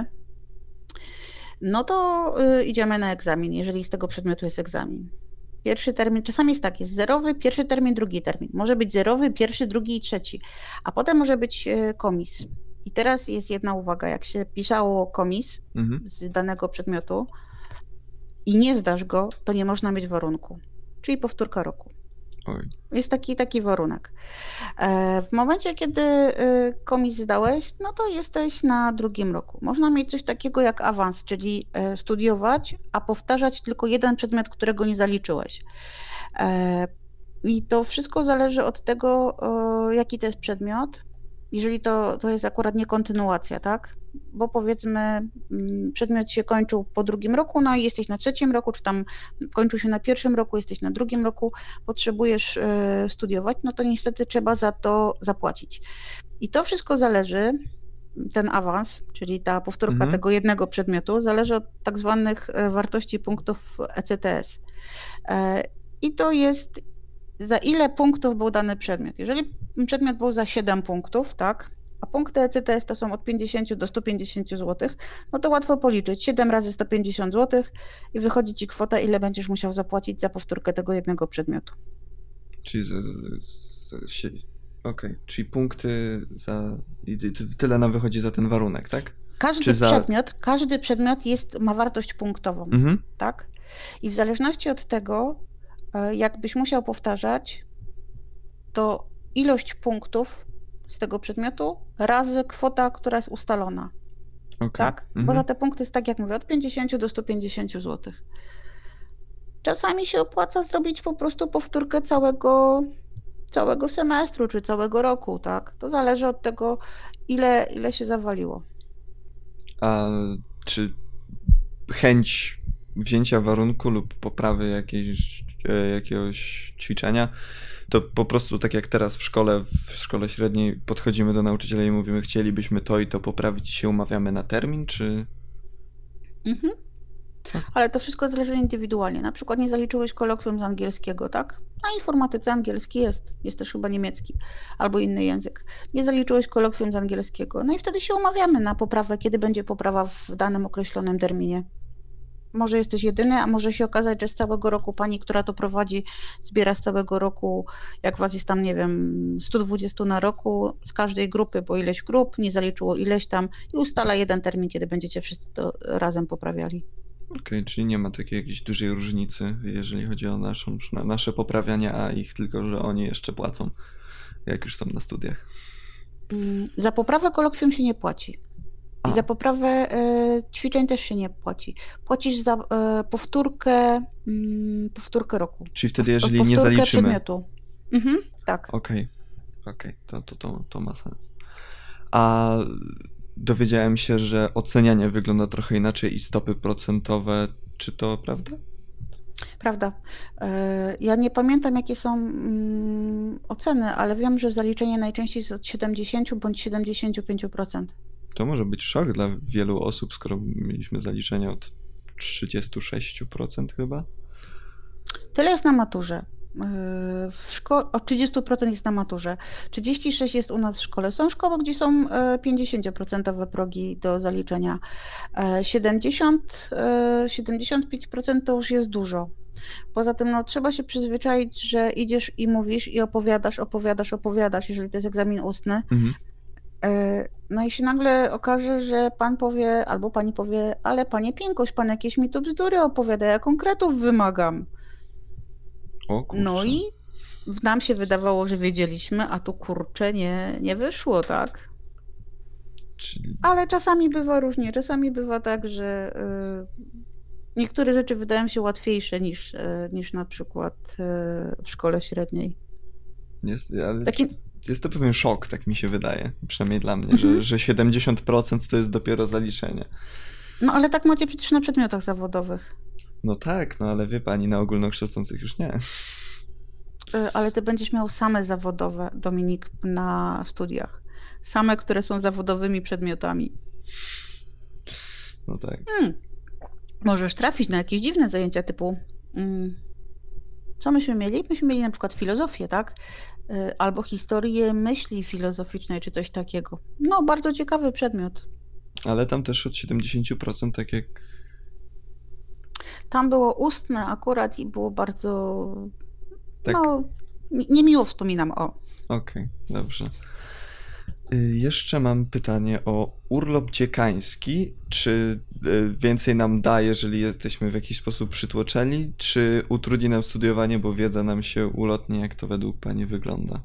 no to y, idziemy na egzamin, jeżeli z tego przedmiotu jest egzamin. Pierwszy termin, czasami jest tak, jest zerowy, pierwszy termin, drugi termin. Może być zerowy, pierwszy, drugi i trzeci, a potem może być y, komis. I teraz jest jedna uwaga, jak się pisało komis Mhm. z danego przedmiotu i nie zdasz go, to nie można mieć warunku, czyli powtórka roku. Oj. Jest taki, taki warunek. E, W momencie, kiedy e, komis zdałeś, no to jesteś na drugim roku. Można mieć coś takiego jak awans, czyli e, studiować, a powtarzać tylko jeden przedmiot, którego nie zaliczyłeś. E, I to wszystko zależy od tego, e, jaki to jest przedmiot. Jeżeli to, to jest akurat nie kontynuacja, tak? Bo powiedzmy, mm, przedmiot się kończył po drugim roku, no i jesteś na trzecim roku, czy tam kończył się na pierwszym roku, jesteś na drugim roku, potrzebujesz e, studiować, no to niestety trzeba za to zapłacić. I to wszystko zależy, ten awans, czyli ta powtórka Mhm. tego jednego przedmiotu, zależy od tak zwanych e, wartości punktów E C T S. E, I to jest za ile punktów był dany przedmiot. Jeżeli przedmiot był za siedem punktów, tak, a punkty E C T S to są od pięćdziesięciu do stu pięćdziesięciu złotych, no to łatwo policzyć. siedem razy sto pięćdziesiąt złotych i wychodzi ci kwota, ile będziesz musiał zapłacić za powtórkę tego jednego przedmiotu. Czyli za, za, się- okej, czyli punkty za... i ty- Tyle nam wychodzi za ten warunek, tak? Każdy Czy za- przedmiot, każdy przedmiot jest, ma wartość punktową, Mhm. tak? I w zależności od tego, e, jak byś musiał powtarzać, to ilość punktów z tego przedmiotu razy kwota, która jest ustalona. Okej. Tak? Bo Mhm. za te punkty jest tak jak mówię, od pięćdziesięciu do stu pięćdziesięciu złotych. Czasami się opłaca zrobić po prostu powtórkę całego, całego semestru, czy całego roku, tak? To zależy od tego, ile, ile się zawaliło. A czy chęć wzięcia warunku lub poprawy jakiejś, e, jakiegoś ćwiczenia, to po prostu tak jak teraz w szkole, w szkole średniej podchodzimy do nauczyciela i mówimy, chcielibyśmy to i to poprawić i się umawiamy na termin, czy... Mhm. Ale to wszystko zależy indywidualnie. Na przykład nie zaliczyłeś kolokwium z angielskiego, tak? Na informatyce angielski jest, jest też chyba niemiecki albo inny język. Nie zaliczyłeś kolokwium z angielskiego, no i wtedy się umawiamy na poprawę, kiedy będzie poprawa w danym określonym terminie. Może jesteś jedyny, a może się okazać, że z całego roku pani, która to prowadzi, zbiera z całego roku, jak was jest tam, nie wiem, sto dwadzieścia na roku, z każdej grupy, bo ileś grup, nie zaliczyło ileś tam i ustala jeden termin, kiedy będziecie wszyscy to razem poprawiali. Okej, okay, czyli nie ma takiej jakiejś dużej różnicy, jeżeli chodzi o naszą, na nasze poprawiania, a ich tylko, że oni jeszcze płacą, jak już są na studiach. Za poprawę kolokwium się nie płaci. I a. za poprawę y, ćwiczeń też się nie płaci. Płacisz za y, powtórkę, y, powtórkę roku. Czyli wtedy, jeżeli nie zaliczymy. Przedmiotu. Mhm, tak. Okej, okay. okej, okay. to, to, to, to ma sens. A dowiedziałem się, że ocenianie wygląda trochę inaczej i stopy procentowe. Czy to prawda? Prawda. Ja nie pamiętam, jakie są oceny, ale wiem, że zaliczenie najczęściej jest od siedemdziesiąt bądź siedemdziesiąt pięć procent. To może być szok dla wielu osób, skoro mieliśmy zaliczenie od trzydzieści sześć procent chyba. Tyle jest na maturze. W szko- o trzydzieści procent jest na maturze, trzydzieści sześć procent jest u nas w szkole. Są szkoły, gdzie są pięćdziesiąt procent progi do zaliczenia. siedemdziesiąt, siedemdziesiąt pięć procent to już jest dużo. Poza tym no, trzeba się przyzwyczaić, że idziesz i mówisz i opowiadasz, opowiadasz, opowiadasz, jeżeli to jest egzamin ustny. Mhm. No i się nagle okaże, że pan powie, albo pani powie, ale panie Piękoś, pan jakieś mi tu bzdury opowiada, ja konkretów wymagam. O, kurczę. No i nam się wydawało, że wiedzieliśmy, a tu kurczę nie, nie wyszło, tak? Czyli... Ale czasami bywa różnie. Czasami bywa tak, że y, niektóre rzeczy wydają się łatwiejsze niż, y, niż na przykład y, w szkole średniej. Jest, ale Taki... jest to pewien szok, tak mi się wydaje, przynajmniej dla mnie, mm-hmm. że, że siedemdziesiąt procent to jest dopiero zaliczenie. No ale tak macie przecież na przedmiotach zawodowych. No tak, no ale wie pani, na ogólnokształcących już nie. Ale ty będziesz miał same zawodowe, Dominik, na studiach. Same, które są zawodowymi przedmiotami. No tak. Hmm. Możesz trafić na jakieś dziwne zajęcia typu... Hmm, co myśmy mieli? Myśmy mieli na przykład filozofię, tak? Albo historię myśli filozoficznej, czy coś takiego. No, bardzo ciekawy przedmiot. Ale tam też od siedemdziesiąt procent, tak jak... Tam było ustne akurat i było bardzo... Tak. No, niemiło wspominam, o. Okej, okay, dobrze. Jeszcze mam pytanie o urlop dziekański. Czy więcej nam da, jeżeli jesteśmy w jakiś sposób przytłoczeni, czy utrudni nam studiowanie, bo wiedza nam się ulotni? Jak to według pani wygląda?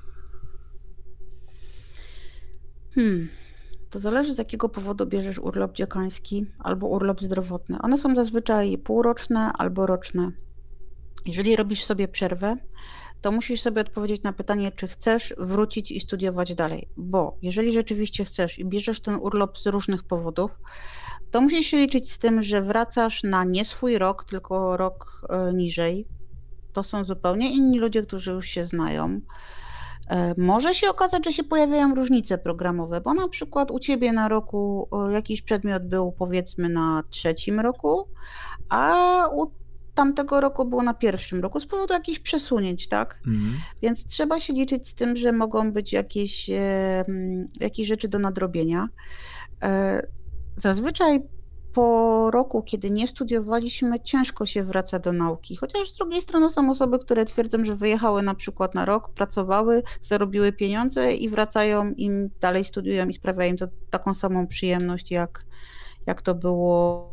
Hmm... To zależy, z jakiego powodu bierzesz urlop dziekański albo urlop zdrowotny. One są zazwyczaj półroczne albo roczne. Jeżeli robisz sobie przerwę, to musisz sobie odpowiedzieć na pytanie, czy chcesz wrócić i studiować dalej. Bo jeżeli rzeczywiście chcesz i bierzesz ten urlop z różnych powodów, to musisz się liczyć z tym, że wracasz na nie swój rok, tylko rok niżej. To są zupełnie inni ludzie, którzy już się znają. Może się okazać, że się pojawiają różnice programowe, bo na przykład u ciebie na roku jakiś przedmiot był powiedzmy na trzecim roku, a u tamtego roku było na pierwszym roku z powodu jakichś przesunięć, tak? Mhm. Więc trzeba się liczyć z tym, że mogą być jakieś, jakieś rzeczy do nadrobienia. Zazwyczaj po roku, kiedy nie studiowaliśmy, ciężko się wraca do nauki. Chociaż z drugiej strony są osoby, które twierdzą, że wyjechały na przykład na rok, pracowały, zarobiły pieniądze i wracają i dalej studiują i sprawia im to taką samą przyjemność, jak, jak to było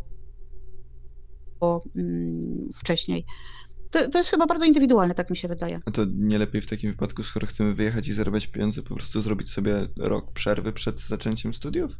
mm, wcześniej. To, to jest chyba bardzo indywidualne, tak mi się wydaje. A to nie lepiej w takim wypadku, skoro chcemy wyjechać i zarabiać pieniądze, po prostu zrobić sobie rok przerwy przed zaczęciem studiów?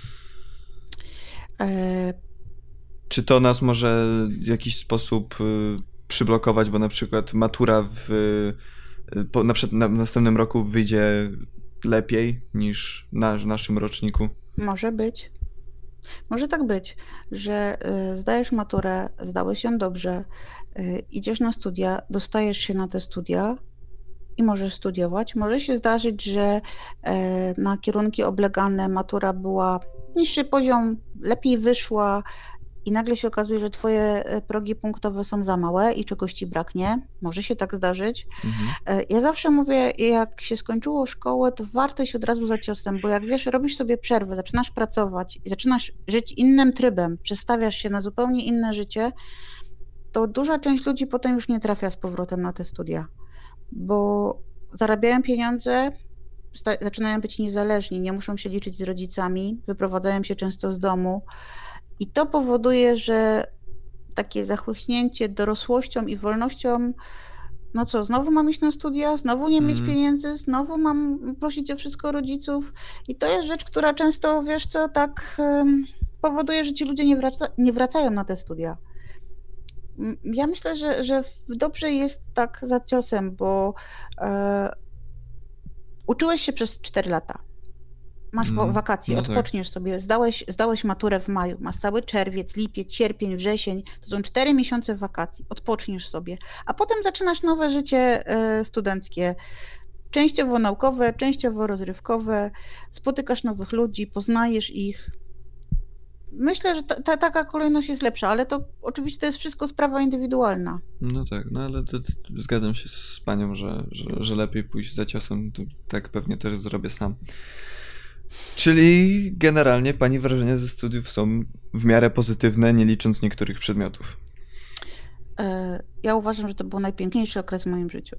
E... Czy to nas może w jakiś sposób y, przyblokować, bo na przykład matura w, po, na przykład na, w następnym roku wyjdzie lepiej niż na w naszym roczniku? Może być. Może tak być, że y, zdajesz maturę, zdałeś ją dobrze, y, idziesz na studia, dostajesz się na te studia i możesz studiować. Może się zdarzyć, że e, na kierunki oblegane matura była niższy poziom, lepiej wyszła i nagle się okazuje, że twoje e, progi punktowe są za małe i czegoś ci braknie. Może się tak zdarzyć. Mhm. E, Ja zawsze mówię, jak się skończyło szkołę, to warto iść od razu za ciosem, bo jak wiesz, robisz sobie przerwę, zaczynasz pracować i zaczynasz żyć innym trybem, przestawiasz się na zupełnie inne życie, to duża część ludzi potem już nie trafia z powrotem na te studia, bo zarabiają pieniądze, sta- zaczynają być niezależni, nie muszą się liczyć z rodzicami, wyprowadzają się często z domu i to powoduje, że takie zachłyśnięcie dorosłością i wolnością, no co, znowu mam iść na studia, znowu nie mieć Mm. pieniędzy, znowu mam prosić o wszystko rodziców i to jest rzecz, która często, wiesz co, tak em, powoduje, że ci ludzie nie, wraca, nie wracają na te studia. M, Ja myślę, że, że w- dobrze jest tak za ciosem, bo e, uczyłeś się przez cztery lata. Masz wa- Mhm. wakacje, No tak. odpoczniesz sobie, zdałeś, zdałeś maturę w maju, masz cały czerwiec, lipiec, sierpień, wrzesień, to są cztery miesiące wakacji, odpoczniesz sobie, a potem zaczynasz nowe życie e, studenckie, częściowo naukowe, częściowo rozrywkowe, spotykasz nowych ludzi, poznajesz ich. Myślę, że ta, ta, taka kolejność jest lepsza, ale to oczywiście to jest wszystko sprawa indywidualna. No tak, no ale to, to zgadzam się z panią, że, że, że lepiej pójść za ciosem. To, tak pewnie też zrobię sam. Czyli generalnie pani wrażenia ze studiów są w miarę pozytywne, nie licząc niektórych przedmiotów. E, Ja uważam, że to był najpiękniejszy okres w moim życiu.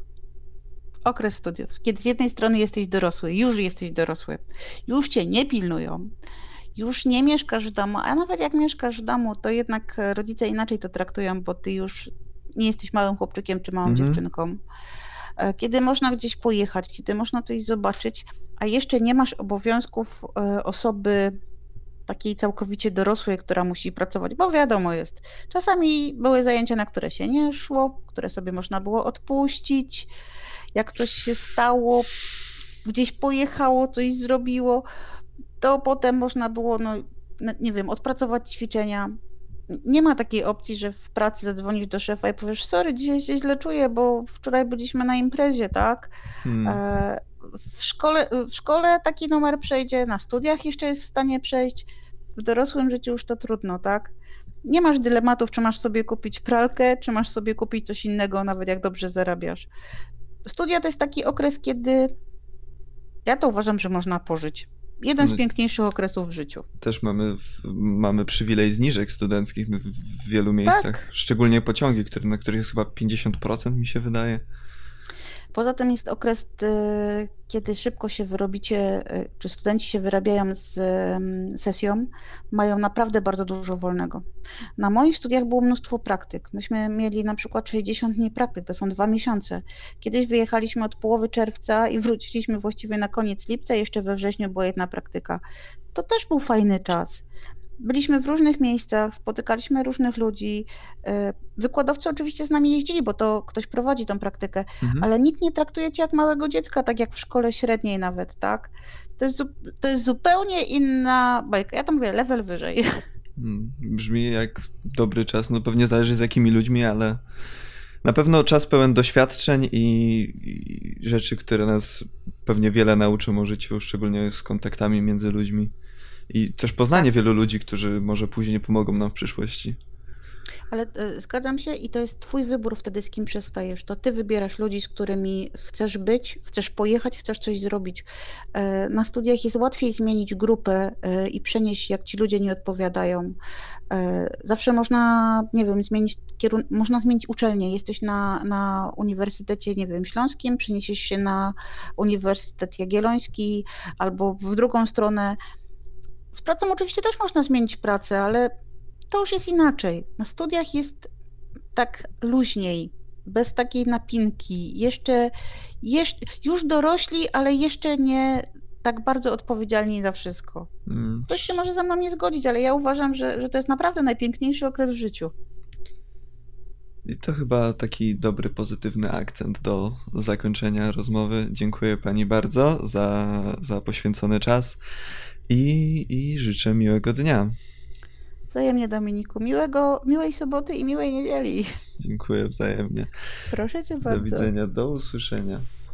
Okres studiów, kiedy z jednej strony jesteś dorosły, już jesteś dorosły, już cię nie pilnują, już nie mieszkasz w domu, a nawet jak mieszkasz w domu, to jednak e, rodzice inaczej to traktują, bo ty już nie jesteś małym chłopczykiem czy małą Mhm. dziewczynką. E, Kiedy można gdzieś pojechać, kiedy można coś zobaczyć, a jeszcze nie masz obowiązków e, osoby takiej całkowicie dorosłej, która musi pracować, bo wiadomo jest, czasami były zajęcia, na które się nie szło, które sobie można było odpuścić, jak coś się stało, gdzieś pojechało, coś zrobiło, to potem można było, no, n- nie wiem, odpracować ćwiczenia. Nie ma takiej opcji, że w pracy zadzwonisz do szefa i powiesz, sorry, dzisiaj się źle czuję, bo wczoraj byliśmy na imprezie, tak? Hmm. E, W szkole, w szkole taki numer przejdzie, na studiach jeszcze jest w stanie przejść, w dorosłym życiu już to trudno, tak? Nie masz dylematów, czy masz sobie kupić pralkę, czy masz sobie kupić coś innego, nawet jak dobrze zarabiasz. Studia to jest taki okres, kiedy ja to uważam, że można pożyć. Jeden z No. piękniejszych okresów w życiu. Też mamy, w, mamy przywilej zniżek studenckich w, w wielu miejscach. Szczególnie pociągi, które, na których jest chyba pięćdziesiąt procent mi się wydaje. Poza tym jest okres, y, kiedy szybko się wyrobicie, y, czy studenci się wyrabiają z ym, sesją, mają naprawdę bardzo dużo wolnego. Na moich studiach było mnóstwo praktyk. Myśmy mieli na przykład sześćdziesiąt dni praktyk, to są dwa miesiące. Kiedyś wyjechaliśmy od połowy czerwca i wróciliśmy właściwie na koniec lipca, jeszcze we wrześniu była jedna praktyka. To też był fajny czas. Byliśmy w różnych miejscach, spotykaliśmy różnych ludzi. e, Wykładowcy oczywiście z nami jeździli, bo to ktoś prowadzi tą praktykę, Mhm. ale nikt nie traktuje cię jak małego dziecka, tak jak w szkole średniej nawet, tak? To jest, zu- to jest zupełnie inna bajka. Ja tam mówię, level wyżej. Mm, Brzmi jak dobry czas. No pewnie zależy z jakimi ludźmi, ale na pewno czas pełen doświadczeń i, i rzeczy, które nas pewnie wiele nauczą o życiu, szczególnie z kontaktami między ludźmi. I też poznanie wielu ludzi, którzy może później pomogą nam w przyszłości. Ale e, zgadzam się i to jest twój wybór wtedy, z kim przestajesz. To ty wybierasz ludzi, z którymi chcesz być, chcesz pojechać, chcesz coś zrobić. E, Na studiach jest łatwiej zmienić grupę e, i przenieść, jak ci ludzie nie odpowiadają. E, Zawsze można, nie wiem, zmienić kierunek, można zmienić uczelnię. Jesteś na, na Uniwersytecie, nie wiem, Śląskim, przeniesiesz się na Uniwersytet Jagielloński albo w drugą stronę. Z pracą oczywiście też można zmienić pracę, ale to już jest inaczej. Na studiach jest tak luźniej, bez takiej napinki. Jeszcze, jeszcze już dorośli, ale jeszcze nie tak bardzo odpowiedzialni za wszystko. Mm, Ktoś się może ze mną nie zgodzić, ale ja uważam, że, że to jest naprawdę najpiękniejszy okres w życiu. I to chyba taki dobry, pozytywny akcent do zakończenia rozmowy. Dziękuję pani bardzo za, za poświęcony czas i, i życzę miłego dnia. Wzajemnie, Dominiku. Miłego, miłej soboty i miłej niedzieli. Dziękuję wzajemnie. Proszę cię bardzo. Do widzenia, do usłyszenia.